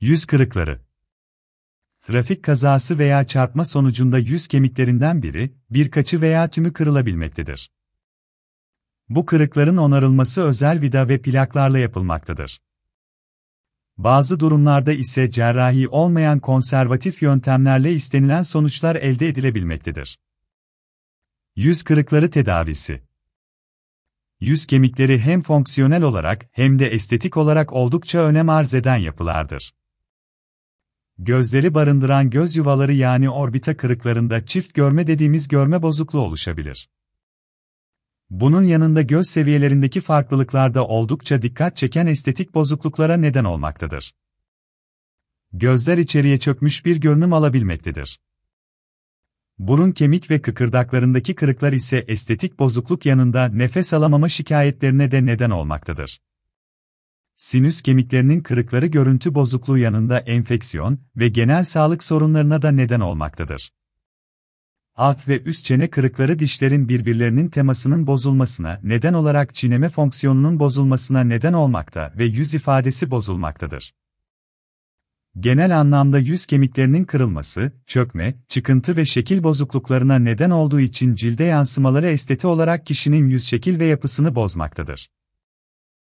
Yüz kırıkları. Trafik kazası veya çarpma sonucunda yüz kemiklerinden biri, birkaçı veya tümü kırılabilmektedir. Bu kırıkların onarılması özel vida ve plaklarla yapılmaktadır. Bazı durumlarda ise cerrahi olmayan konservatif yöntemlerle istenilen sonuçlar elde edilebilmektedir. Yüz kırıkları tedavisi. Yüz kemikleri hem fonksiyonel olarak hem de estetik olarak oldukça önem arz eden yapılardır. Gözleri barındıran göz yuvaları yani orbita kırıklarında çift görme dediğimiz görme bozukluğu oluşabilir. Bunun yanında göz seviyelerindeki farklılıklar da oldukça dikkat çeken estetik bozukluklara neden olmaktadır. Gözler içeriye çökmüş bir görünüm alabilmektedir. Burun kemik ve kıkırdaklarındaki kırıklar ise estetik bozukluk yanında nefes alamama şikayetlerine de neden olmaktadır. Sinüs kemiklerinin kırıkları görüntü bozukluğu yanında enfeksiyon ve genel sağlık sorunlarına da neden olmaktadır. Alt ve üst çene kırıkları dişlerin birbirlerinin temasının bozulmasına neden olarak çiğneme fonksiyonunun bozulmasına neden olmakta ve yüz ifadesi bozulmaktadır. Genel anlamda yüz kemiklerinin kırılması, çökme, çıkıntı ve şekil bozukluklarına neden olduğu için cilde yansımaları esteti olarak kişinin yüz şekil ve yapısını bozmaktadır.